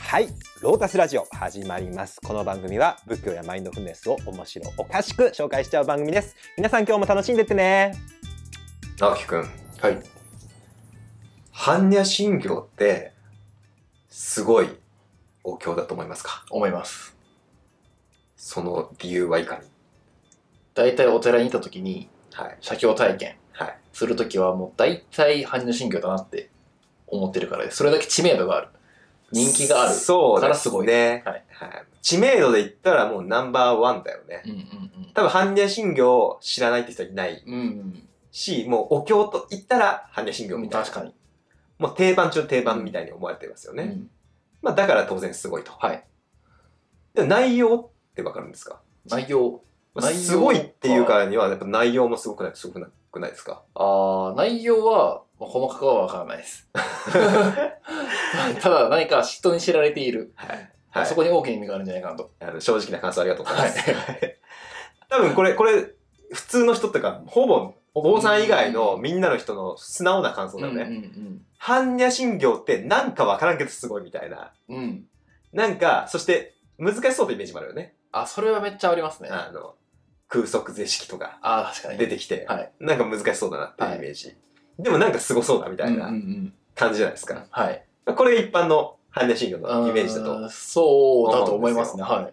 はい、ロータスラジオ始まります。この番組は仏教やマインドフルネスを面白おかしく紹介しちゃう番組です。皆さん今日も楽しんでってね。 直樹くん、 はい。 般若心経ってすごいお経だと思いますか？ 思います。 その理由はいかに？ 大体お寺にいた時にはい。 写経体験はい。 する時はもう大体般若心経だなって思ってるからです。それだけ知名度がある。人気がある。 そうですからすごいね。 はい。 はい。知名度で言ったらもうナンバーワンだよね。 うんうん多分般若心経を知らないって人はいないうん。うんし、もうお経と言ったら般若心経うん。 みたいな。 確かに。 もう定番中の定番みたいに思われてますよね。 うん。 まあだから当然すごいと。 はい。 で内容ってわかるんですか？ 内容。 すごいっていうからにはやっぱ内容もすごくないとすごくないですか？ 内容は、細かくはわからないです。ただ何か人に知られている。 はいはい。 そこに大きな意味があるんじゃないかなと。 正直な感想ありがとうございます。 は多分これ、普通の人っていうか、ほぼ、お坊さん以外のみんなの人の素直な感想だよね。 うん般若心経ってなんかわからんけどすごいみたいな。 うんうん。うん。 なんか、そして難しそうなイメージもあるよね。 それはめっちゃありますね。 空即是式とか確かに。 出てきて、 はい。 なんか難しそうだなっていうイメージ。でもなんかすごそうだみたいな感じじゃないですか。 はい。 これが一般の般若心経のイメージだと。 そうだと思いますね。はい。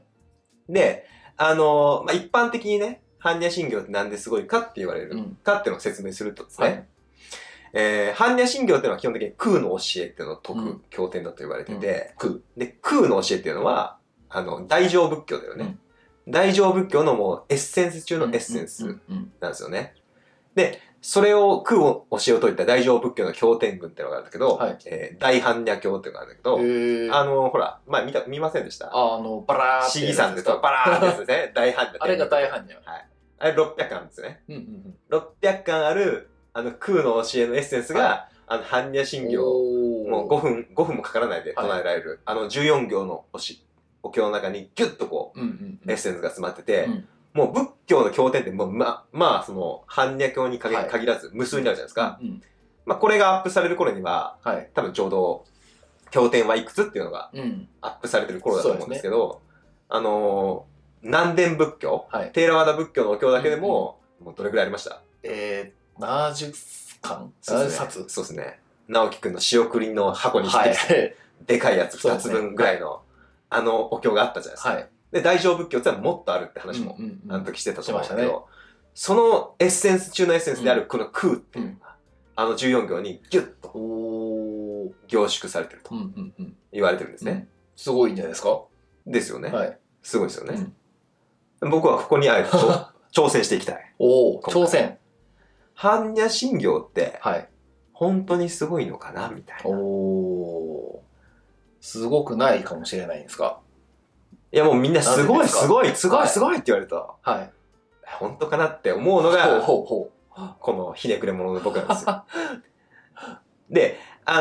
で、一般的にね、般若心経ってなんですごいかって言われるかっていうのを説明するとですね、般若心経っていうのは基本的に空の教えっていうのを説く経典だと言われてて、で、空の教えっていうのは、大乗仏教だよね。大乗仏教のもうエッセンス中のエッセンスなんですよね。で、それを空を教えを説いた大乗仏教の経典群っていうのがあるんだけど、大般若経っていうのがあるんだけど、ほら、前見ませんでした？ バラーって。 市議さんでバラーってやつですね。大般若。 あれが大般若。 はい。あれ600巻あるんですよね。600巻ある、空の教えのエッセンスが、般若心経をもう5分もかからないで唱えられる、14行のお経の中にギュッとこう、エッセンスが詰まってて、もう仏教の経典ってもうその般若経に限らず無数になるじゃないですか。まあこれがアップされる頃には、多分ちょうど経典はいくつっていうのがアップされてる頃だと思うんですけど、南伝仏教、テーラワダ仏教のお経だけでも、もうどれくらいありました？ 70巻 ?70 冊？ そうですね。直樹くんの仕送りの箱にしてでかいやつ2つ分ぐらいのお経があったじゃないですか。で、大乗仏教ってのはもっとあるって話もあの時してたと思うんだけど、そのエッセンス中のエッセンスであるこの空っていうのが、14行にギュッと凝縮されてると言われてるんですね。 すごいんじゃないですか？ ですよね。 はい。 すごいですよね。僕はここにあえて挑戦していきたい。 挑戦。 般若心経って、本当にすごいのかなみたいな。 すごくないかもしれないんですか？ いやもうみんなすごいすごいすごいすごいって言われると、本当かなって思うのが、このひねくれ者の僕なんですよ。で、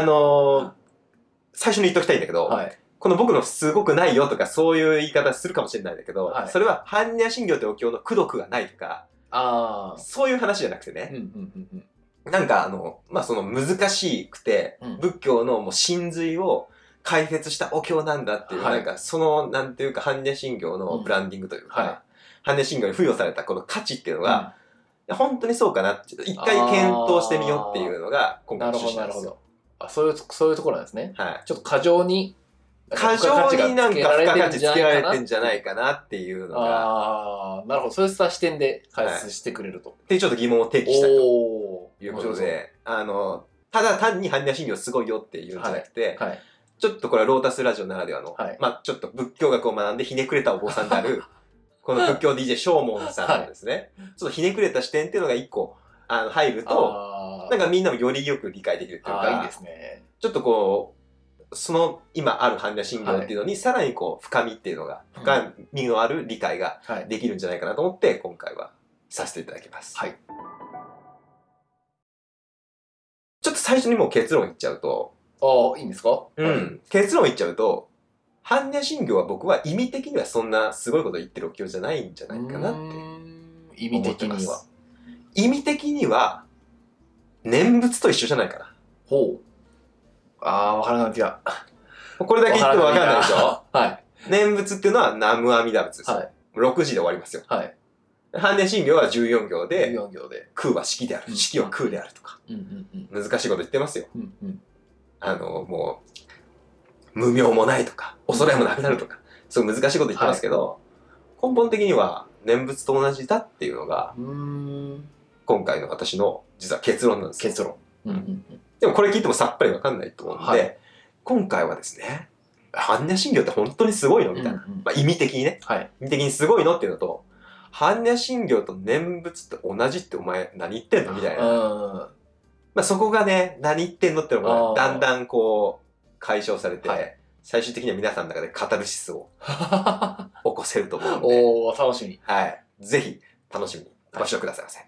最初に言っときたいんだけど、この僕のすごくないよとかそういう言い方するかもしれないんだけど、それは般若心経ってお経の功読がないとか、そういう話じゃなくてね、なんかその難しくて、仏教のもう真髄を解説したお経なんだっていう、なんかその、なんていうか、般若心経のブランディングというか、般若心経に付与されたこの価値っていうのが、本当にそうかなって、一回検討してみようっていうのが、今回の趣旨なんですよ。 そういうところなんですね。ちょっと過剰になんか付加価値つけられてんじゃないかなっていうのが。 なるほど。そういった視点で解説してくれると。 っていうちょっと疑問を提起したいということで、ただ単に般若心経すごいよっていうんじゃなくて、ちょっとこれはロータスラジオならではの、ちょっと仏教学を学んでひねくれたお坊さんである、この仏教 DJ 正門さんのですね、ちょっとひねくれた視点っていうのが一個、入ると、なんかみんなもよりよく理解できるっていうか、 いいですね。 ちょっとこう、その今ある般若心経っていうのにさらにこう深みっていうのが、深みのある理解ができるんじゃないかなと思って今回はさせていただきます。ちょっと最初にもう結論言っちゃうと、 いいんですか？ 結論言っちゃうと、般若心経は僕は意味的にはそんなすごいこと言ってるお経じゃないんじゃないかなって意味的には。 意味的には、念仏と一緒じゃないかな。 わからなくなってきた。 これだけ言ってもわかんないでしょ。 は念仏っていうのは南無阿弥陀仏ですい。 よ。 はい。 6時で終わりますよ。 はい。 般若心経は14行で、 14行で。 空は式である。 うん式は空であるとか。 うんうん難しいこと言ってますよ。 うん。うんもう、無明もないとか、恐れもなくなるとか、すごい難しいこと言ってますけど、根本的には念仏と同じだっていうのが、今回の私の実は結論なんですよ。 結論。 でもこれ聞いてもさっぱりわかんないと思うんで、 はい、 今回はですね、般若心経って本当にすごいのみたいな。まあ意味的にね。 はい。 意味的にすごいのっていうのと、般若心経と念仏って同じってお前何言ってんのみたいな。まあそこがね、何言ってんのっていうのが、ね、だんだんこう解消されて、はい、最終的には皆さんの中でカタルシスを起こせると思うので。 おー、楽しみ。 はい。ぜひ楽しみにご視聴くださいませ。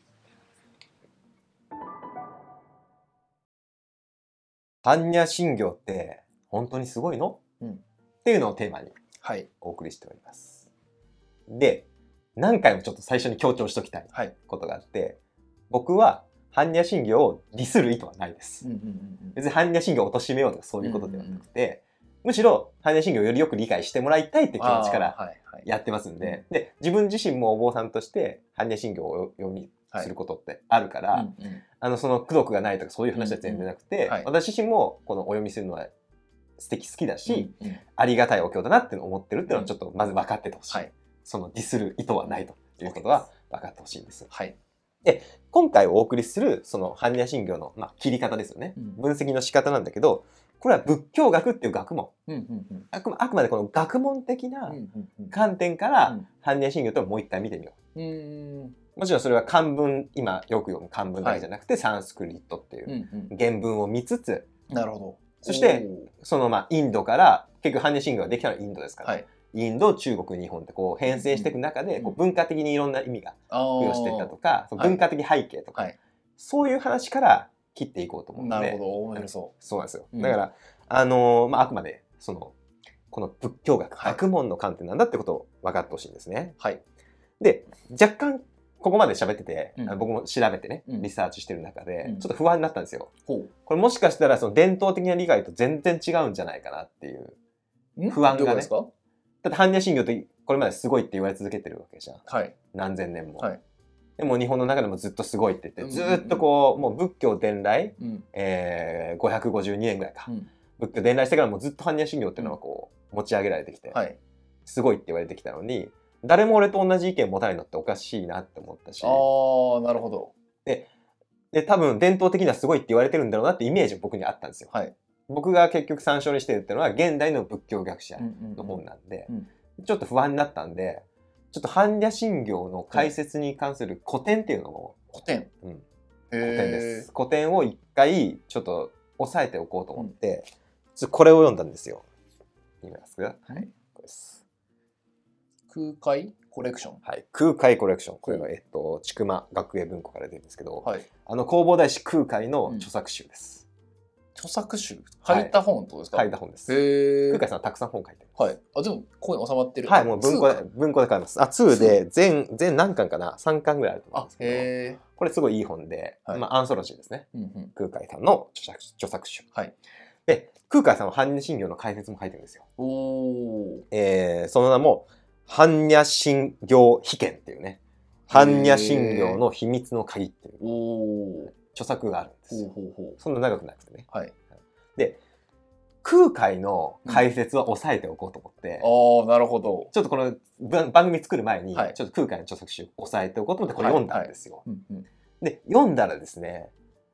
般若心経って本当にすごいの、っていうのをテーマにお送りしております。で、何回もちょっと最初に強調しておきたいことがあって、僕は般若心経をディスる意図はないです。別に般若心経を貶めようとかそういうことではなくて、むしろ般若心経をよりよく理解してもらいたいっていう気持ちからやってますんで、で、自分自身もお坊さんとして般若心経を読みすることってあるから、その功徳がないとかそういう話は全然なくて、私自身もこのお読みするのは素敵好きだし、ありがたいお経だなっていうのを思ってるっていうのはちょっとまず分かっててほしい。そのディスる意図はないということは分かってほしいんです。で、今回お送りするその般若心経の、切り方ですよね。分析の仕方なんだけど、これは仏教学っていう学問。あくまでこの学問的な観点から般若心経ともう一回見てみよう。もちろんそれは漢文、今よく読む漢文だけじゃなくて、サンスクリットっていう原文を見つつ、 なるほど。 そしてそのインドから結局般若心経ができたのはインドですから、インド、中国、日本ってこう編成していく中で、文化的にいろんな意味が付与していったとか、文化的背景とか、そういう話から切っていこうと思うので。 なるほど、面白そう。 そうなんですよ。だから、あくまでこの仏教学、学問の観点なんだってことを分かってほしいんですね。で、若干ここまで喋ってて、僕も調べてね、リサーチしてる中で、ちょっと不安になったんですよ。これもしかしたらその伝統的な理解と全然違うんじゃないかなっていう不安がね。だって般若心経ってこれまですごいって言われ続けてるわけじゃん。何千年も。でも日本の中でもずっとすごいって言って、ずっとこう、もう仏教伝来、552年ぐらいか。仏教伝来してからもうずっと般若心経っていうのはこう、持ち上げられてきて、すごいって言われてきたのに、誰も俺と同じ意見持たないのっておかしいなって思ったし。 ああ、なるほど。 で、多分伝統的にはすごいって言われてるんだろうなってイメージも僕にあったんですよ。僕が結局参照にしてるっていうのは現代の仏教学者の本なんで、ちょっと不安になったんで、ちょっと般若心経の解説に関する古典っていうのを、古典です。古典を一回ちょっと押さえておこうと思って、これを読んだんですよ。見ますか？これです。 空海コレクション。 空海コレクション。これが千曲学芸文庫から出るんですけど、弘法大師空海の著作集です。 著作集書いた本とですか？ 書いた本です。空海さんはたくさん本書いてる。 でもここに収まってる。 もう文庫で書いてます。2で全何巻かな ?3 巻ぐらいあると思うんですけど、これすごいいい本で、アンソロジーですね。空海さんの著作集。で、空海さんは般若心経の解説も書いてるんですよ。その名も、般若心経秘剣っていうね、般若心経の秘密の鍵っていう著作があるんですよ。そんな長くなくてね。で、空海の解説は押さえておこうと思って、 なるほど。 ちょっとこの番組作る前に、ちょっと空海の著作集押さえておこうと思ってこれ読んだんですよ。で、読んだらですね、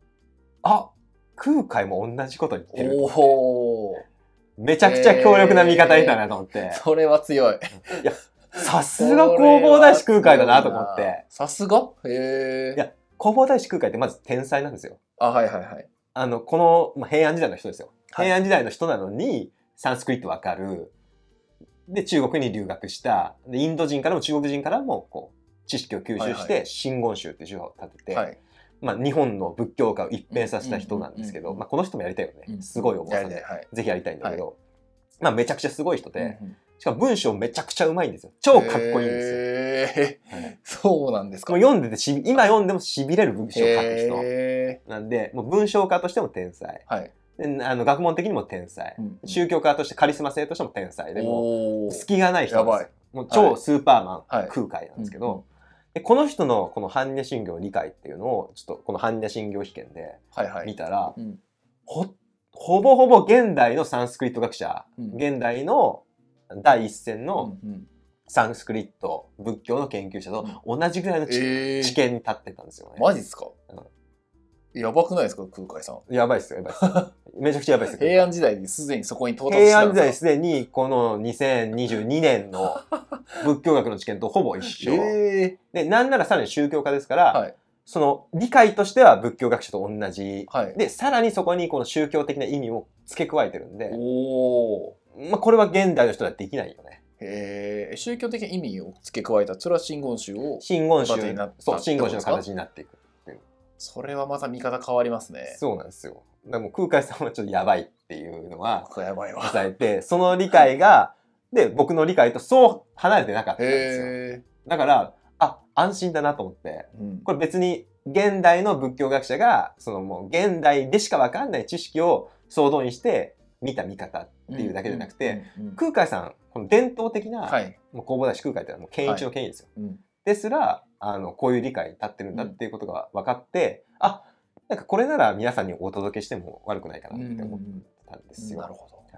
空海も同じこと言ってると思って。めちゃくちゃ強力な味方いたなと思って。 それは強い。 いや、さすが弘法大師空海だなと思って。 さすが？ いや、弘法大師空海ってまず天才なんですよ。この、平安時代の人ですよ。平安時代の人なのに、サンスクリットわかる。で、中国に留学した。で、インド人からも中国人からも、こう、知識を吸収して、真言宗っていう宗派を立てて、日本の仏教界を一変させた人なんですけど、この人もやりたいよね。すごいお坊さんで。ぜひやりたいんだけど、めちゃくちゃすごい人で、しかも文章めちゃくちゃうまいんですよ。超かっこいいんですよ。 そうなんですか。 もう読んでて今読んでも痺れる文章を書く人なんで、もう文章家としても天才。 学問的にも天才、宗教家としてカリスマ性としても天才でも隙がない人なんですよ。もう超スーパーマン、空海なんですけど、でこの人のこの般若心経理解っていうのをちょっとこの般若心経秘験で見たら、ほぼほぼ現代のサンスクリット学者、現代の第一線のサンスクリット仏教の研究者と同じぐらいの知見に立ってたんですよね。 マジっすか？やばくないですか、空海さん。 やばいっすよ、やばいっす。めちゃくちゃやばいっすよ。 平安時代ですでにそこに到達したんですか？ 平安時代すでにこの2022年の仏教学の知見とほぼ一緒。で、なんならさらに宗教家ですから、その理解としては仏教学者と同じ。で、さらにそこにこの宗教的な意味を付け加えてるんで、まあこれは現代の人はできないよね。 宗教的な意味を付け加えた、それは真言宗を真言宗の形になっていく。 それはまた見方変わりますね。 そうなんですよ。でも空海さんはちょっとやばいっていうのはやばいわ伝えて、その理解がで僕の理解とそう離れてなかったんですよ。だから安心だなと思って、これ別に現代の仏教学者がそのもう現代でしか分かんない知識を総動員して見た見方っていうだけじゃなくて、空海さんこの伝統的な、もう弘法大師空海ってのはもう権一の権威ですよ。ですらこういう理解に立ってるんだっていうことが分かって、なんかこれなら皆さんにお届けしても悪くないかなって思ったんですよ。 なるほど。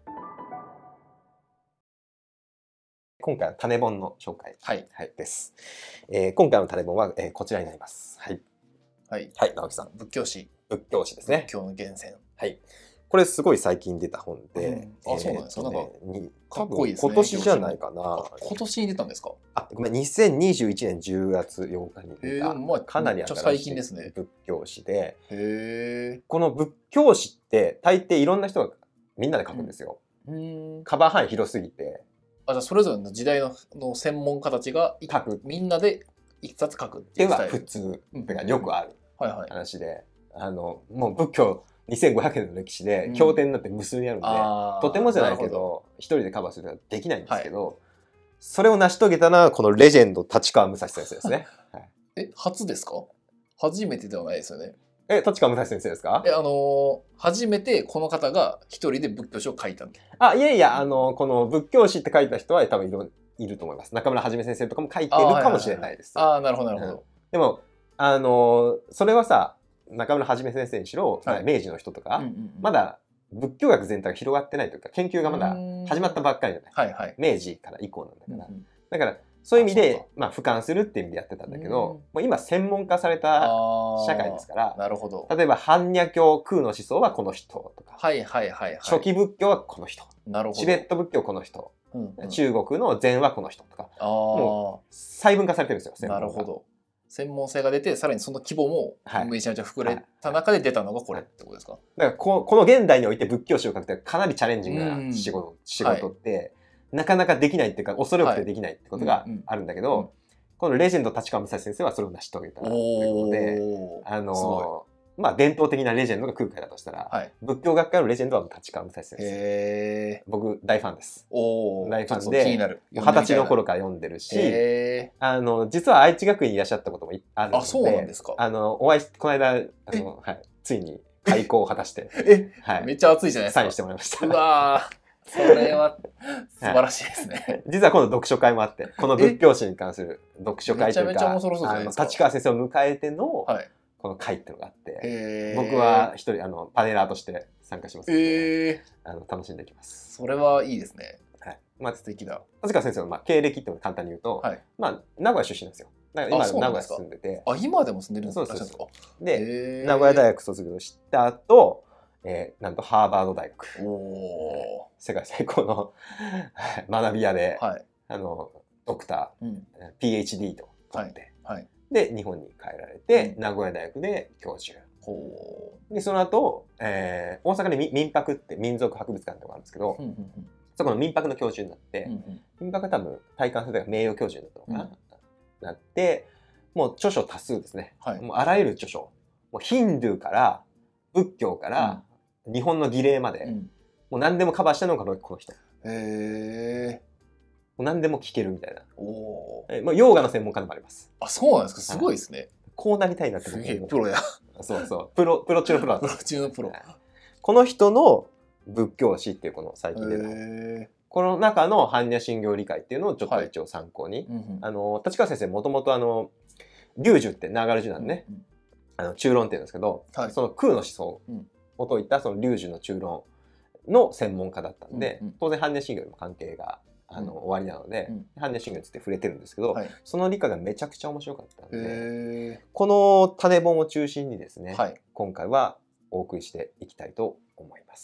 今回は種本の紹介、です。今回の種本は、こちらになります。はい。直樹さん。 仏教史ですね。 仏教の源泉。 はい。これすごい最近出た本で、 そうなんですか。なんかかっこいいですね。今年じゃないかな。 今年に出たんですか？ ごめん、2021年10月8日に出た、かなり最近ですね。 仏教史で、この仏教史って大抵いろんな人がみんなで書くんですよ。カバー範囲広すぎて。 じゃあそれぞれの時代の専門家たちが書く、みんなで一冊書くっていうスタイル。 普通がよくある話で、もう仏教2500年の歴史で経典になって無数にあるんで、とてもじゃないけど一人でカバーするのはできないんですけど、それを成し遂げたのはこのレジェンド立川武蔵先生ですね。 初ですか？初めてではないですよね。 立川武蔵先生ですか？ 初めてこの方が一人で仏教史を書いたんで。 いやいや、この仏教史って書いた人は多分いると思います。中村はじめ先生とかも書いてるかもしれないです。 なるほどなるほど。 でもそれはさ、中村はじめ先生にしろ、明治の人とか、まだ仏教学全体が広がってないというか、研究がまだ始まったばっかりじゃない。明治から以降なんだから。だからそういう意味で俯瞰するっていう意味でやってたんだけど、もう今専門化された社会ですから、 なるほど。 例えば般若経空の思想はこの人とか、初期仏教はこの人、チベット仏教この人、中国の禅はこの人とか、もう細分化されてるんですよ。 なるほど。専門性が出て、さらにその規模もめちゃめちゃ膨れた中で出たのがこれってことですか？ だからこの現代において仏教史を書くってかなりチャレンジングな仕事って、なかなかできないっていうか、恐れ多くてできないってことがあるんだけど、このレジェンド立川武蔵先生はそれを成し遂げたということで、伝統的なレジェンドが空海だとしたら、仏教学界のレジェンドは立川武蔵先生。僕大ファンです。大ファンで、20歳の頃から読んでるし、実は愛知学院にいらっしゃったこともあるので、 そうなんですか。 お会いして、この間ついに開講を果たして、 めっちゃ熱いじゃないですか。 サインしてもらいました。 うわー。それは素晴らしいですね。 実は今度読書会もあって、この仏教史に関する読書会というか、立川先生を迎えてのこの会っていうのがあって、僕は一人パネラーとして参加しますので、楽しんでいきます。 それはいいですね。 素敵だ。立川先生の経歴っていうのを簡単に言うと、名古屋出身なんですよ。だから今名古屋住んでて、 今でも住んでるんですか？ で、名古屋大学卒業した後、なんとハーバード大学、世界最高の学び屋で、ドクター、PhD と取って、で日本に帰られて、名古屋大学で教授で、その後、大阪で民泊って民族博物館とかあるんですけど、そこの民泊の教授になって、民泊は多分体感する名誉教授になったのかな、なって、もう著書多数ですね、もうあらゆる著書、もうヒンドゥーから仏教から、日本の儀礼まで、もう何でもカバーしたのがこの人。もう何でも聞けるみたいな。ヨーガの専門家でもあります。 そうなんですか。すごいですね。 こうなりたいなって。 すげえプロや。 そうそう。プロ中のプロだった。 プロ中のプロ。 この人の仏教史っていうこの最近出たこの中の般若心経理解っていうのをちょっと一応参考に、立川先生もともと龍樹って流れ樹なんでね、中論っていうんですけど、その空の思想を説いたその龍樹の中論の専門家だったんで、当然般若心経にも関係が終わりなので、般若心経について触れてるんですけど、その理科がめちゃくちゃ面白かったんで、この種本を中心にですね、今回はお送りしていきたいと思います。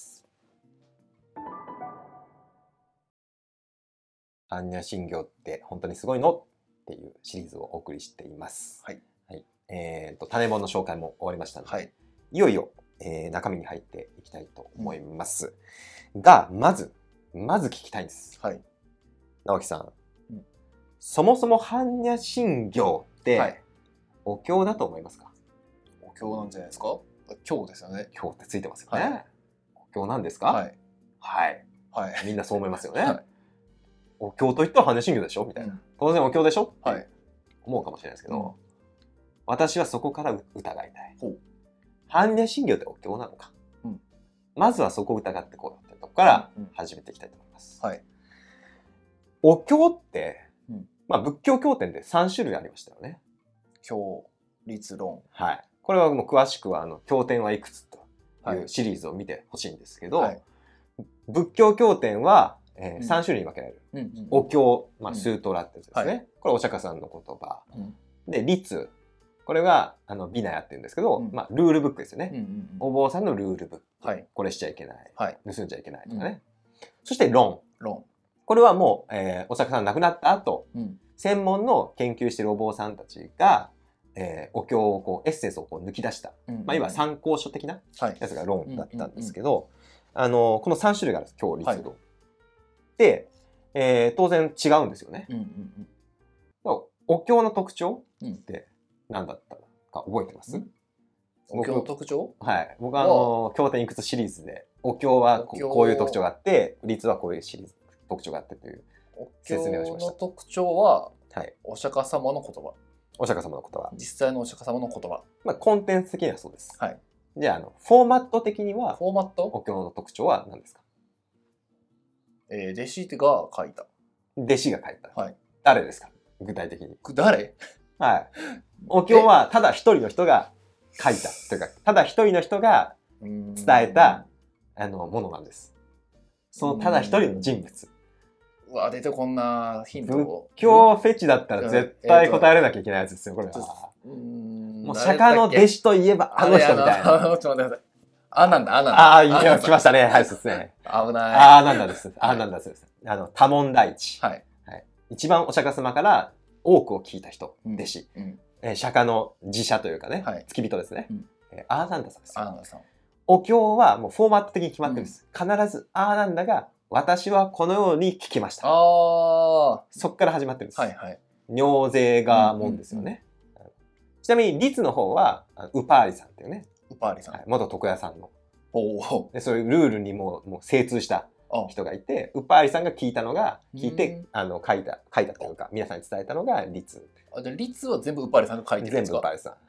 般若心経って本当にすごいのっていうシリーズをお送りしています。はい。種本の紹介も終わりましたので、いよいよ、中身に入っていきたいと思います。が、まず聞きたいんです。直樹さん、そもそも般若心経って、お経だと思いますか？ お経なんじゃないですか？経ですよね。 経ってついてますよね。お経なんですか？はい。みんなそう思いますよね。お経といったら般若心経でしょみたいな。当然お経でしょって思うかもしれないですけど、私はそこから疑いたい。般若心経ってお経なのか。まずはそこを疑ってこうよってとこから始めていきたいと思います。お経って、仏教経典で3種類ありましたよね。 経、律論。 これはもう詳しくは経典はいくつというシリーズを見てほしいんですけど、仏教経典は3種類に分けられる。お経、スートラってやつですね。これお釈迦さんの言葉。で、律。これはビナヤって言うんですけど、ルールブックですよね。お坊さんのルールブック。これしちゃいけない。盗んじゃいけないとかね。そして論。これはもう、お釈迦さん亡くなった後、専門の研究しているお坊さんたちが、お経をエッセンスを抜き出した、いわば参考書的なやつが論だったんですけど、この3種類があるんです。経、律、論。で、当然違うんですよね。お経の特徴って何だったか覚えてます？ お経の特徴？ 僕は経典いくつシリーズで、お経はこういう特徴があって、律はこういうシリーズ特徴があってという説明をしました。 お経の特徴は、お釈迦様の言葉。 お釈迦様の言葉。 実際のお釈迦様の言葉。 コンテンツ的にはそうです。じゃあ、フォーマット的には、お経の特徴は何ですか？ 弟子が書いた。 弟子が書いた。誰ですか？具体的に。 誰？ お経はただ一人の人が書いたというか、ただ一人の人が伝えたものなんです。そのただ一人の人物。 出てこんなヒントを。 仏教フェチだったら絶対答えれなきゃいけないやつですよ、これは。もう釈迦の弟子といえばあの人みたいな。 ちょっと待ってください。なんだ。 いや、来ましたね。はい、そうですね。 危ない。 なんだです。なんだです。多聞第一。一番お釈迦様から多くを聞いた人、弟子。釈迦の寺社というかね、付き人ですね。アーナンダさんですよ。お経はもうフォーマット的に決まってるんです。必ずアーナンダが私はこのように聞きました。そっから始まってるんです。尿税が門ですよね。ちなみに律の方はウパーリさんっていうね。元床屋さんの。でそういうルールにもう精通した人がいて、ウパーリさんが聞いたのが聞いて書いたというか皆さんに伝えたのが律。 じゃあ律は全部ウパーリさんが書いてるんですか？ 全部ウパーリさん。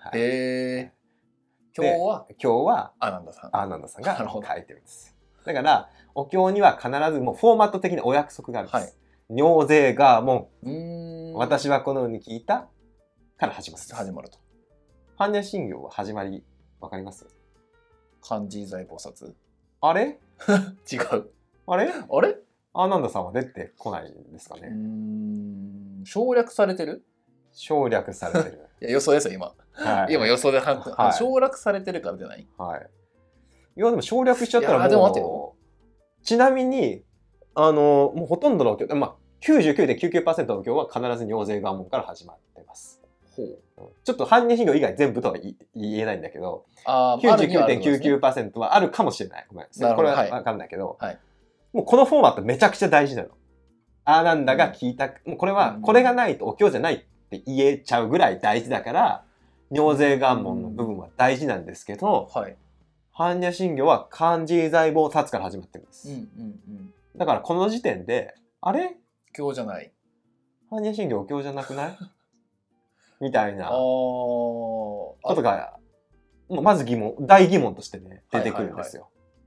今日はアーナンダさんが書いてるんです。だからお経には必ずもうフォーマット的なお約束があるんです。尿税が門。私はこのように聞いたから始まると。般若心経は始まりわかります？ 観自在菩薩。 あれ？ 違う。 あれ？ アーナンダさんは出てこないんですかね。 省略されてる？ 省略されてる。 いや予想ですよ今。今予想で省略されてるからじゃない？ いやでも省略しちゃったらもう。ちなみにもうほとんどのお経、99.99% のお経は必ず尿税願文から始まってます。ちょっと般若心経以外全部とは言えないんだけど、99.99% はあるかもしれない。ごめん。これは分かんないけど、もうこのフォーマットめちゃくちゃ大事なの。アーナンダが聞いた、もうこれがないとお経じゃないって言えちゃうぐらい大事だから、尿税願文の部分は大事なんですけど、般若心経は観自在菩薩から始まってるんです。だからこの時点で、あれ？ 経じゃない。 般若心経お経じゃなくないみたいなことが、まず大疑問としてね、出てくるんですよ。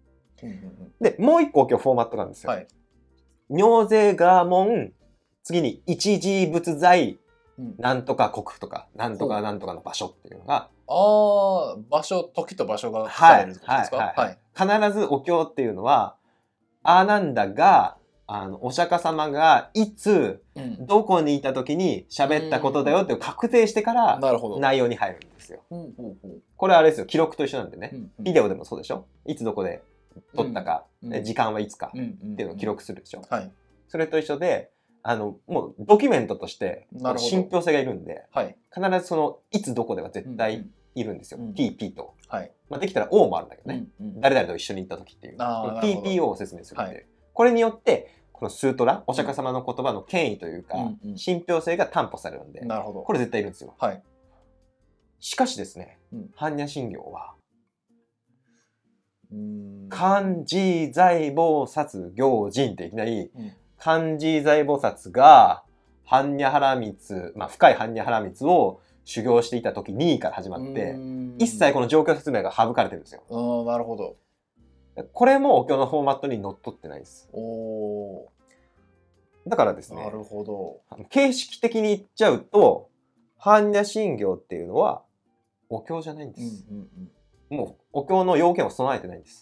で、もう一個今日フォーマットがあるんですよ。はい、尿税ガーモン、次に一時物材、なんとか国とか、なんとかなんとかの場所っていうのが。 場所、時と場所が書かれるってことですか？ はい。必ずお経っていうのは、なんだが、お釈迦様がいつ、どこにいた時に喋ったことだよって確定してから内容に入るんですよ。これはあれですよ、記録と一緒なんでね。ビデオでもそうでしょ？いつどこで撮ったか、時間はいつかっていうのを記録するでしょ。それと一緒で、もうドキュメントとして信憑性がいるんで、必ずそのいつどこでは絶対いるんですよ。PP と。できたら O もあるんだけどね。誰々と一緒に行った時っていう。PPO を説明するんで。これによって、このスートラ、お釈迦様の言葉の権威というか、信憑性が担保されるんで、これ絶対いるんですよ。しかしですね、般若心経は、漢字財宝薩行人っていきなり、漢字財宝薩が般若波羅蜜、深い般若波羅蜜を修行していた時にから始まって、一切この状況説明が省かれてるんですよ。 なるほど。 これもお経のフォーマットにのっとってないです。だからですね、 なるほど。 形式的に言っちゃうと、般若心経っていうのはお経じゃないんです。もうお経の要件を備えてないんです。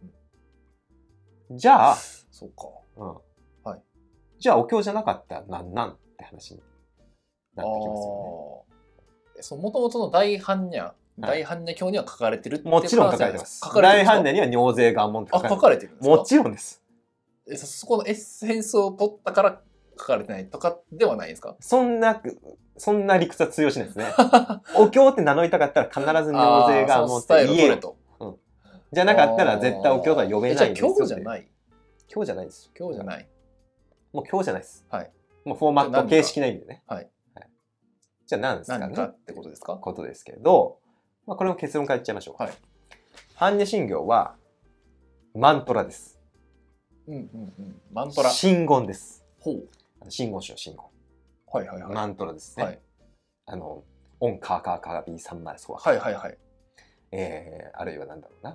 じゃあ、 そうか。 じゃあお経じゃなかったらなんって話になってきますよね。もともとの大般若経には書かれてるってもちろん書かれてます。大般若には尿税願文って書かれてるんですか？ もちろんです。 そこのエッセンスを取ったから書かれてないとかではないですか？ そんな理屈は通用しないですね。お経って名乗りたかったら必ず尿税願文って言えよと。じゃなかったら絶対お経とは呼べないんですよ。 じゃあ経じゃない？ 経じゃないです。 経じゃない。 もう経じゃないです。もうフォーマット形式ないんでね。じゃあ何ですかね？ 何かってことですか？ ことですけど、これも結論から言っちゃいましょう。般若心経はマントラです。 マントラ。 真言です。真言宗真言。マントラですね。オンカーカーカービーサンマイソワ。あるいはなんだろうな。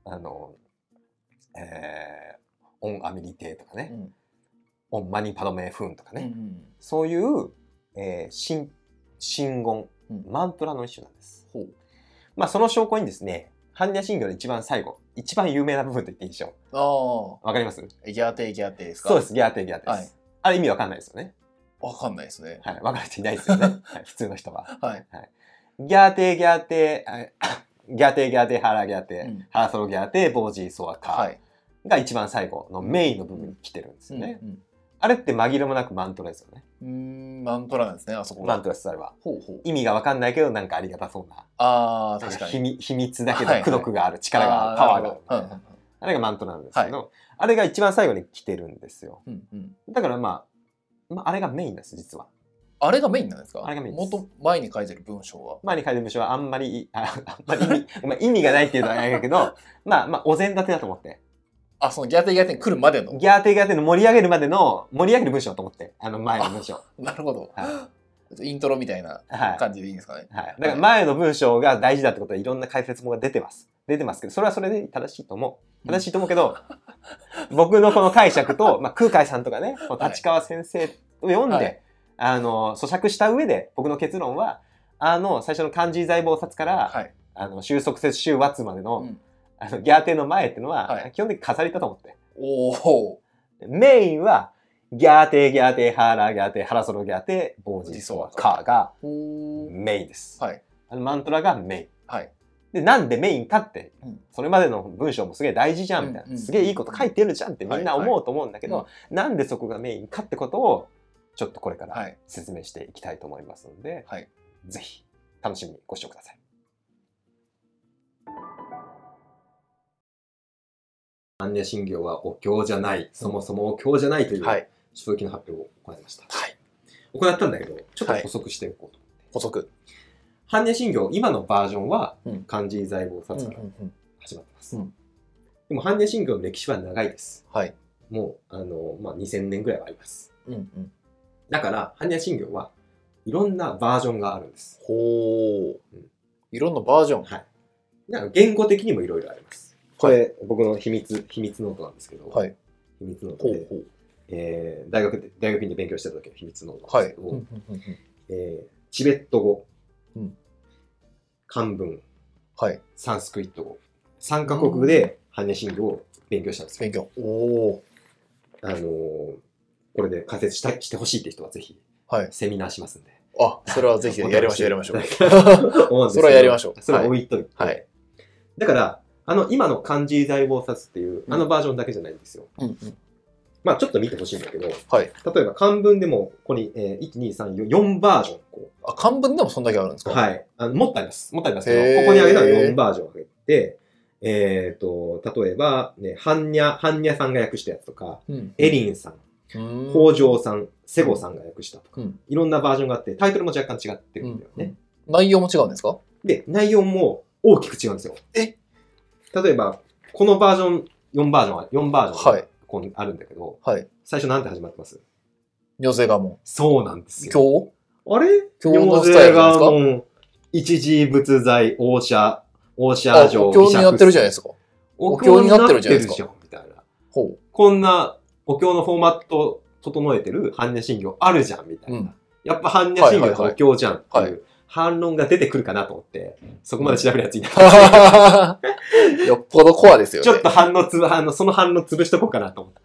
オンアミリテとかね。オンマニパドメフーンとかね。そういう、真言、マントラの一種なんです。その証拠にですね、般若心経の一番最後、一番有名な部分と言っていいでしょう。わかります？ ギャーテーですか？ そうです、ギャーテーです。あれ意味わかんないですよね。 わかんないですね。 わかる人いないですよね。普通の人は。ギャーテー、ギャーテー、ハラギャーテー、ハラソロギャーテー、ボージーソワカが一番最後のメインの部分に来てるんですよね。あれって紛れもなくマントラですよね。 マントラなんですね、あそこマントラです、あれは。意味がわかんないけど、なんかありがたそうな。 確かに。 秘密だけど、功徳がある、力がある、パワーがある。あれがマントラなんですけど、あれが一番最後に来てるんですよ。だからあれがメインです、実は。 あれがメインなんですか？ あれがメインです。 前に書いてる文章は前に書いてる文章はあんまり意味がないっていうのはないけど、お膳立てだと思って。 そのギャーテーに来るまでのギャーテーの盛り上げるまでの、盛り上げる文章だと思って。前の文章。 なるほど。イントロみたいな感じでいいんですかね。 だから前の文章が大事だってことでいろんな解説もが出てます。出てますけど、それはそれで正しいと思う。正しいと思うけど、僕のこの解釈と、空海さんとかね、立川先生を読んで、咀嚼した上で、僕の結論は、最初の漢字財宝札から、収束節集和までの、ギャーテーの前っていうのは、基本的に飾りだと思って。メインは、ギャーテー、ハラギャーテー、ハラソロギャーテー、ボージソワカーがメインです。マントラがメイン。で、なんでメインかって、それまでの文章もすげえ大事じゃんみたいな、すげえいいこと書いてるじゃんってみんな思うと思うんだけど、なんでそこがメインかってことを、ちょっとこれから説明していきたいと思いますので、ぜひ楽しみにご視聴ください。般若心経はお経じゃない、そもそもお経じゃないという書籍の発表を行いました。行ったんだけど、ちょっと補足しておこうと。 補足。 般若心経、今のバージョンは漢字財宝札から始まってます。でも般若心経の歴史は長いです。もう2000年ぐらいはあります。だから般若心経はいろんなバージョンがあるんです。 いろんなバージョン。 だから言語的にもいろいろあります。 これ、僕の秘密ノートなんですけど、秘密ノートで、大学院で勉強してた時の秘密ノートなんですけど、チベット語、漢文、サンスクリット語、3カ国で般若心経を勉強したんですよ。これで解説してほしいって人はぜひ、セミナーしますんで。 それはぜひやりましょう。それはやりましょう。 それは置いといて。だから、今の漢字財宝冊っていう、バージョンだけじゃないんですよ。まあちょっと見てほしいんだけど、例えば漢文でも、ここに、1、2、3、4バージョン。 漢文でもそんだけあるんですか？ はい。もっとありますけど、ここにあげたら4バージョンあげて、例えば、ね、般若さんが訳したやつとか、エリンさん、北条さん、セゴさんが訳したとか、いろんなバージョンがあって、タイトルも若干違ってるんだよね。 内容も違うんですか？ で、内容も大きく違うんですよ。例えば、このバージョン、4バージョンがここにあるんだけど、最初なんて始まってます？ 尿税我門。 そうなんですよ。 今日あれ尿税我門、一時仏在、オーシャ城、 お経になってるじゃないですか。 お経になってるじゃないですか。みたいな。こんなお経のフォーマット整えてる般若心経あるじゃん、みたいな。やっぱ般若心経とお経じゃんっていう反論が出てくるかなと思って、そこまで調べるやついなかった。 よっぽどコアですよね。 ちょっとその反応潰しとこうかなと思って。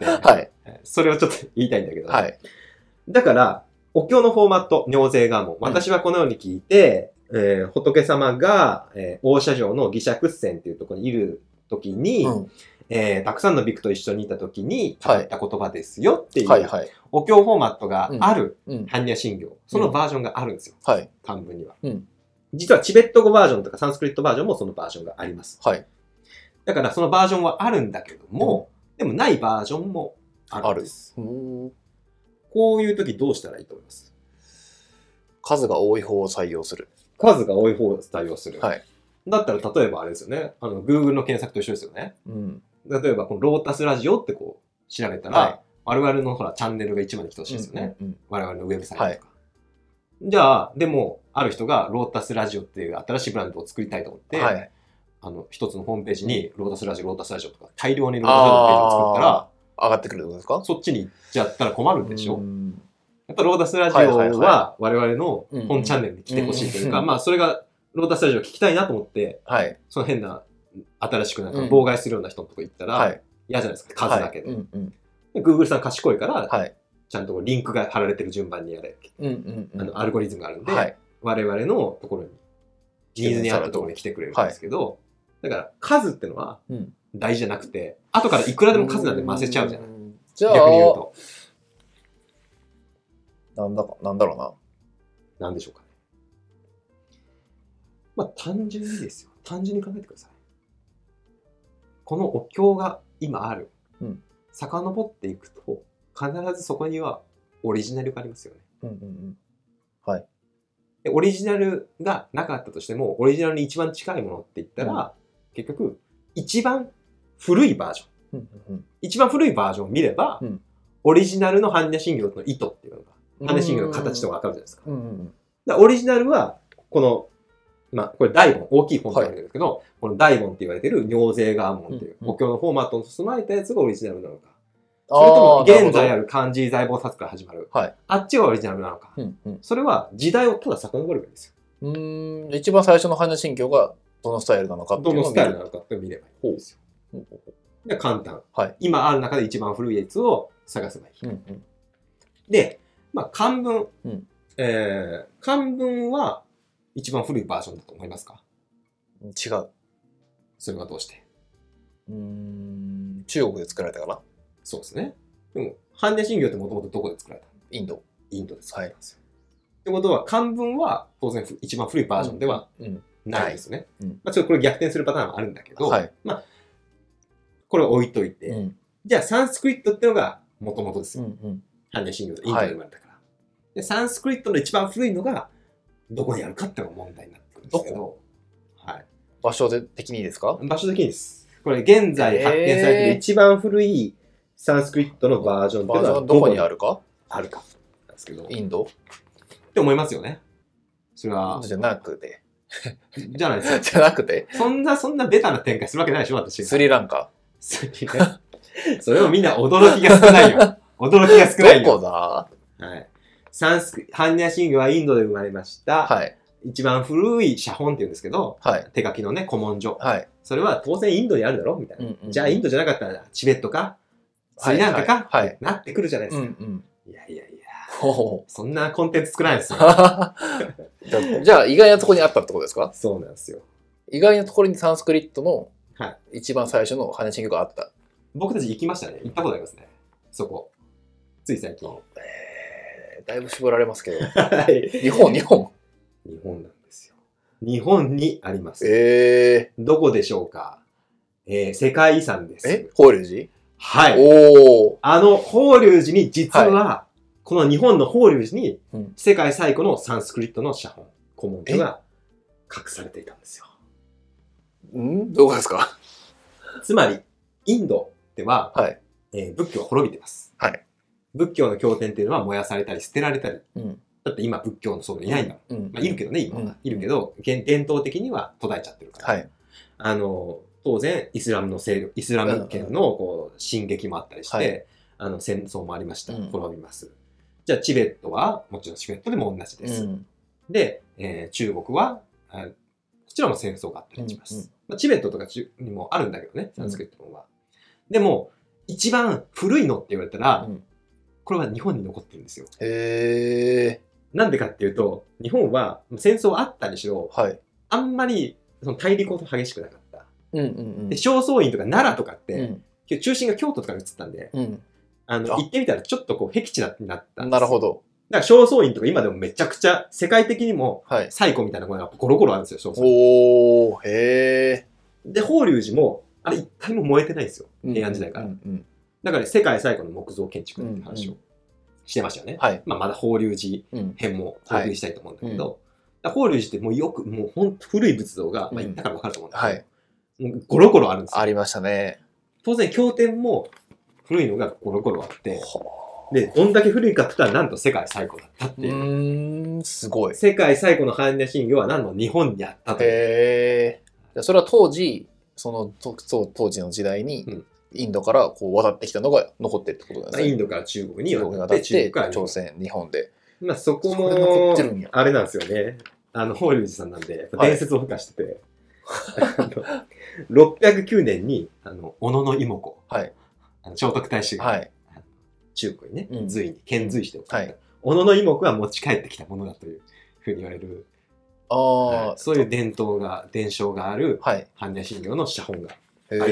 それをちょっと言いたいんだけど。だから、お経のフォーマット、尿税我門。私はこのように聞いて、仏様が、大社城の義釈船っていうところにいるときに、たくさんのビクと一緒にいたときに語った言葉ですよっていう、お経フォーマットがある般若心経、そのバージョンがあるんですよ。漢文には。実はチベット語バージョンとかサンスクリットバージョンもそのバージョンがあります。だからそのバージョンはあるんだけども、でもないバージョンもあるんです。こういうときどうしたらいいと思います？ 数が多い方を採用する。 数が多い方を採用する。だったら例えばあれですよね。Google の検索と一緒ですよね。例えばこのロータスラジオってこう調べたら、我々のほらチャンネルが一番に来てほしいですよね。我々のウェブサイトとか。じゃあ、でも、ある人がロータスラジオっていう新しいブランドを作りたいと思って、一つのホームページにロータスラジオとか大量にロータスラジオのページを作ったら、 上がってくるってことですか？ そっちに行っちゃったら困るんでしょ？やっぱロータスラジオは我々の本チャンネルに来てほしいというか、まあそれがロータスラジオ聞きたいなと思って、その変な新しくなんか妨害するような人のとこ行ったら嫌じゃないですか、数だけで。Google さん賢いから、ちゃんとリンクが貼られてる順番にやれ。アルゴリズムがあるんで、我々のところに、ニーズに合ったところに来てくれるんですけど、だから数ってのは大事じゃなくて、後からいくらでも数なんで回せちゃうじゃない。逆に言うと。 なんだろうな。 なんでしょうかね。まあ単純にですよ。単純に考えてください。このお経が今ある。遡っていくと、必ずそこにはオリジナルがありますよね。でオリジナルがなかったとしても、オリジナルに一番近いものって言ったら、結局、一番古いバージョン。一番古いバージョンを見れば、オリジナルの般若心経の意図っていうのが、般若心経の形とかわかるじゃないですか。だオリジナルは、この、まあ、これ大本、大きい本なんですけど、この大本って言われてる尿税我門っていう、お経のフォーマットを備えたやつがオリジナルなのか。それとも現在ある漢字財宝冊から始まる。あっちがオリジナルなのか。それは時代をただ遡ればいいんですよ。一番最初の般若心経がどのスタイルなのかっていうのをどのスタイルなのかって見ればいいんですよ。で簡単。今ある中で一番古いやつを探せばいい。で、まあ漢文。漢文は一番古いバージョンだと思いますか？ 違う。 それはどうして？ 中国で作られたかな？ そうですね。でも、般若心経ってもともとどこで作られた？ インド。 インドで作られたんですよ。ってことは、漢文は当然一番古いバージョンではないですね。まあちょっとこれ逆転するパターンはあるんだけど、まあ、これを置いといて、じゃあサンスクリットっていうのがもともとですよ。般若心経でインドで生まれたから。で、サンスクリットの一番古いのがどこにあるかっていうのが問題になってくるんですけど、 場所的にですか？ 場所的にです。これ現在発見されている一番古いサンスクリットのバージョンっていうのはどこにあるか？ あるか。なんですけど。 インドって思いますよね。それは。 インドじゃなくて。 じゃないですか。 じゃなくてそんなベタな展開するわけないでしょ、私が。 スリランカ。 それをみんな驚きが少ないよ。驚きが少ないよ。 どこだ？ はい。般若心経はインドで生まれました。 はい。 一番古い写本って言うんですけど、 はい、 手書きのね、古文書。 はい。 それは当然インドにあるだろみたいな、うんうん。じゃあインドじゃなかったらチベットかスリランカか、はいはい、なってくるじゃないですか。うんうん、いや。そんなコンテンツ少ないですよ。 じゃあ意外なところにあったってことですか？ そうなんですよ。 意外なところにサンスクリットの一番最初の般若心経があった。 僕たち行きましたね。行ったことありますね。そこ。つい最近。 だいぶ絞られますけど。日本なんですよ。日本にあります。どこでしょうか？世界遺産です。 法隆寺？ はい。法隆寺に実は、この日本の法隆寺に、世界最古のサンスクリットの写本、古文書が隠されていたんですよ。 どういうことですか？ つまり、インドでは、仏教は滅びてます。はい。仏教の経典っていうのは燃やされたり捨てられたり。だって今仏教の僧侶いないんだもん。いるけどね、今は。いるけど、伝統的には途絶えちゃってるから。はい。当然、イスラム圏のこう進撃もあったりして、戦争もありました。滅びます。じゃあ、チベットは、もちろんチベットでも同じです。で、中国は、こちらも戦争があったりします。チベットとかにもあるんだけどね、サンスクリットは。でも、一番古いのって言われたら、これは日本に残ってるんですよ。なんでかっていうと、日本は戦争あったにしろ、あんまりその大陸ほど激しくなかった。で、正倉院とか奈良とかって、中心が京都とかに移ったんで、行ってみたらちょっとこう僻地になったんです。 なるほど。 だから正倉院とか今でもめちゃくちゃ世界的にも最古みたいなものがゴロゴロあるんですよ、正倉院。で、法隆寺も、あれ一回も燃えてないんですよ。平安時代から。だから世界最古の木造建築って話をしてましたよね。まだ法隆寺編も公開したいと思うんだけど、法隆寺ってもうほんと古い仏像が、行ったから分かると思うんだけど、もうゴロゴロあるんですよ。 ありましたね。 当然経典も古いのがゴロゴロあって、で、どんだけ古いかって言ったらなんと世界最古だったっていう。 すごい。 世界最古の般若心経は何の日本にあったという。 それは当時の時代に、インドからこう渡ってきたのが残ってるってことなんですね。 インドから中国に渡って、中国から朝鮮、日本で。 まあそこも、あれなんですよね。法隆寺さんなんで、伝説を付加してて、609年に、小野妹子、聖徳太子が、中国にね、遣隋しておく。小野妹子が持ち帰ってきたものだというふうに言われる。そういう伝承がある般若心経の写本があります。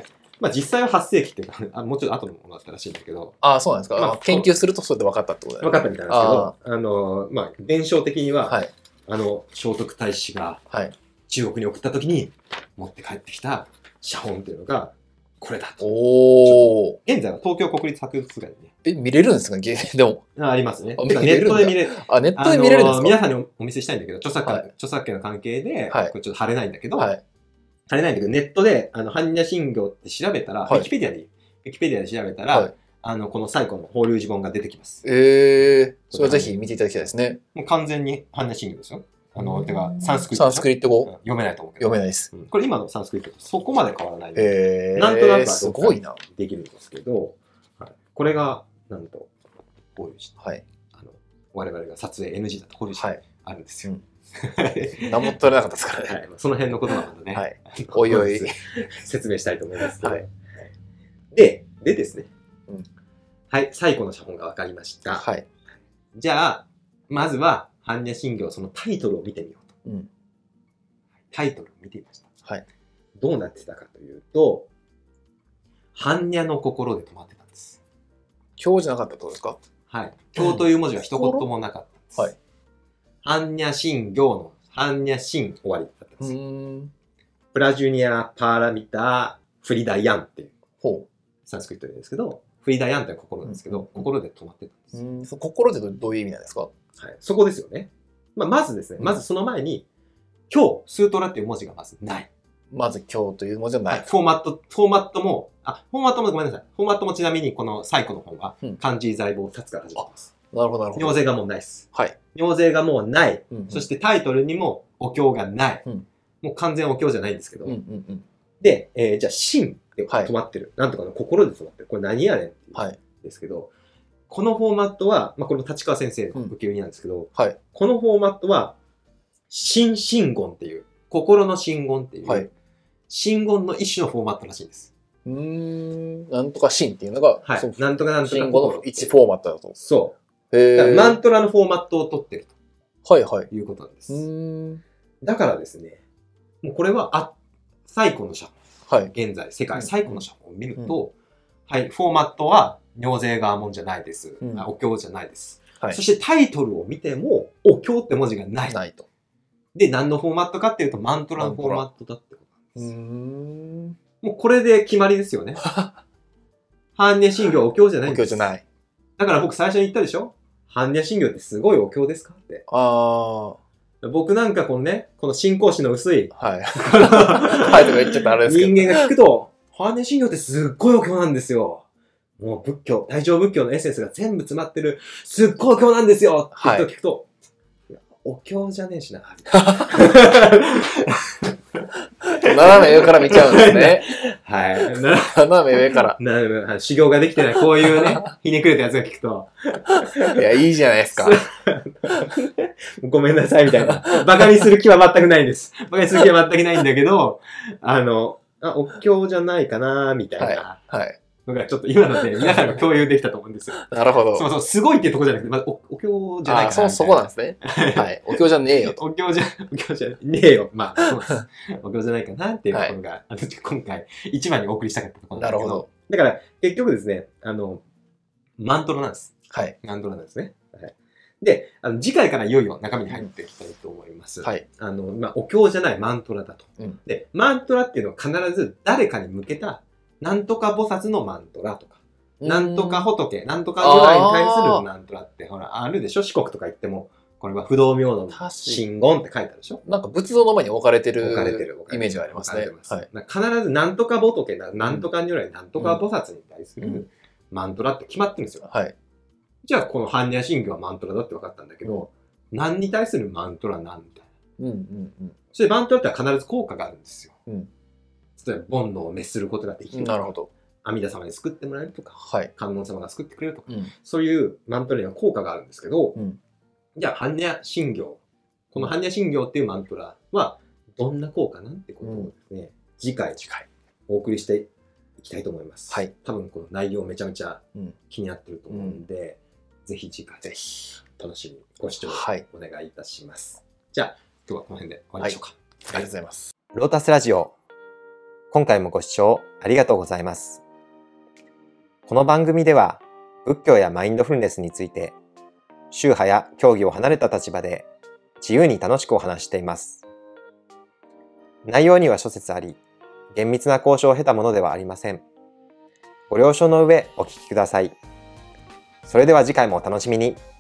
まあ実際は8世紀っていうか、もうちょっと後のものだったらしいんだけど。 そうなんですか。研究するとそれで分かったってことだよね。 分かったみたいなんですけど、まあ伝承的には、聖徳太子が中国に送った時に持って帰ってきた写本っていうのが、これだと。現在は東京国立博物館にね。見れるんですかでも。 ありますね。ネットで見れる。 ネットで見れるんですか？ 皆さんにお見せしたいんだけど、著作権の関係で、これちょっと貼れないんだけど、ネットで、般若心経って調べたら、ウィキペディアで調べたら、この最古の法隆寺本が出てきます。 それはぜひ見ていただきたいですね。 もう完全に般若心経ですよ。てか、サンスクリット語読めないと思うけど。 読めないです。 これ今のサンスクリットとそこまで変わらないんで。なんとなくすごいな。 できるんですけど、これが、なんと、法隆寺。我々が撮影 NG だと法隆寺あるんですよ。 何も取れなかったですからね。 その辺のことなのでね。 おいおい。 説明したいと思いますけど。でですね。はい、最古の写本が分かりました。じゃあ、まずは、般若心経そのタイトルを見てみようと。タイトルを見てみました。どうなってたかというと、般若の心で止まってたんです。 経じゃなかったってことですか？ はい。経という文字は一言もなかったんです。般若心経の般若心終わりだったんです。プラジュニア・パーラミタ・フリダヤンっていうサンスクリットで言うんですけど、フリダヤンって心なんですけど、心で止まってたんです。 心ってどういう意味なんですか？ そこですよね。まずですね、まずその前に、経、スートラっていう文字がまずない。 まず経という文字はない。 フォーマットもごめんなさい。フォーマットもちなみにこの最古の本は、漢字在坊立つから始まってます。 なるほど。 尿税がもうないです。 はい。 尿税がもうない。そしてタイトルにも、 お経がない。もう完全お経じゃないんですけど。で、じゃあ、心で止まってる。なんとかの心で止まってる。これ何やねんっていうんですけど、このフォーマットは、これも立川先生の受け売りなんですけど、このフォーマットは、心真言っていう、心の真言っていう、真言の一種のフォーマットらしいんです。 なんとか心っていうのが、 なんとかなんとか。 真言の一フォーマットだと。 そう。だからマントラのフォーマットを取ってると。いうことなんです。だからですね、もうこれは、最古の写本。現在、世界最古の写本を見ると、フォーマットは、尿税川門じゃないです。お経じゃないです。そしてタイトルを見ても、お経って文字がない。ないと。で、何のフォーマットかっていうと、マントラのフォーマットだってことなんです。もうこれで決まりですよね。般若心経はお経じゃないんです。 お経じゃない。 だから僕最初に言ったでしょ？般若心経ってすごいお経ですかって。僕なんかこの信仰心の薄い。とか言っちゃったあれですけど。 人間が聞くと、般若心経ってすっごいお経なんですよ。もう大乗仏教のエッセンスが全部詰まってる、すっごいお経なんですよって言うと聞くと、お経じゃねえしな。 斜め上から見ちゃうんですね。斜め上から。 修行ができてない、こういうね、ひねくれたやつが聞くと。 いや、いいじゃないですか。 ごめんなさい、みたいな。バカにする気は全くないんです。バカにする気は全くないんだけど、お経じゃないかな、みたいな。僕はちょっと今ので皆さんが共有できたと思うんですよ。 なるほど。 そう、すごいっていうところじゃなくて、まずお経じゃないかな。 そこなんですね。お経じゃねえよと。 お経じゃねえよ。そうです。お経じゃないかなっていうところが、今回一番にお送りしたかったところなんですけど。なるほど。だから、結局ですね、マントラなんです。マントラなんですね。で、次回からいよいよ中身に入っていきたいと思います。お経じゃないマントラだと。で、マントラっていうのは必ず誰かに向けたなんとか菩薩のマントラとか、なんとか仏、なんとか如来に対するマントラって、ほら、あるでしょ？四国とか行っても、これは不動明王の真言って書いてあるでしょ？ なんか仏像の前に置かれてるイメージがありますね。 必ずなんとか仏、なんとか如来、なんとか菩薩に対するマントラって決まってるんですよ。じゃあ、この般若心経はマントラだって分かったんだけど、何に対するマントラなんみたいな。そしてマントラって必ず効果があるんですよ。例えば、煩悩を滅することができる。なるほど。阿弥陀様に救ってもらえるとか、観音様が救ってくれるとか、そういうマントラには効果があるんですけど、じゃあ、般若心経。この般若心経っていうマントラは、どんな効果なんてことをですね、次回お送りしていきたいと思います。多分この内容めちゃめちゃ気になってると思うんで、ぜひ次回、楽しみにご視聴お願いいたします。じゃあ、今日はこの辺で終わりましょうか。 ありがとうございます。 ロータスラジオ。今回もご視聴ありがとうございます。この番組では仏教やマインドフルネスについて宗派や教義を離れた立場で自由に楽しくお話しています。内容には諸説あり、厳密な交渉を経たものではありません。ご了承の上お聞きください。それでは次回もお楽しみに。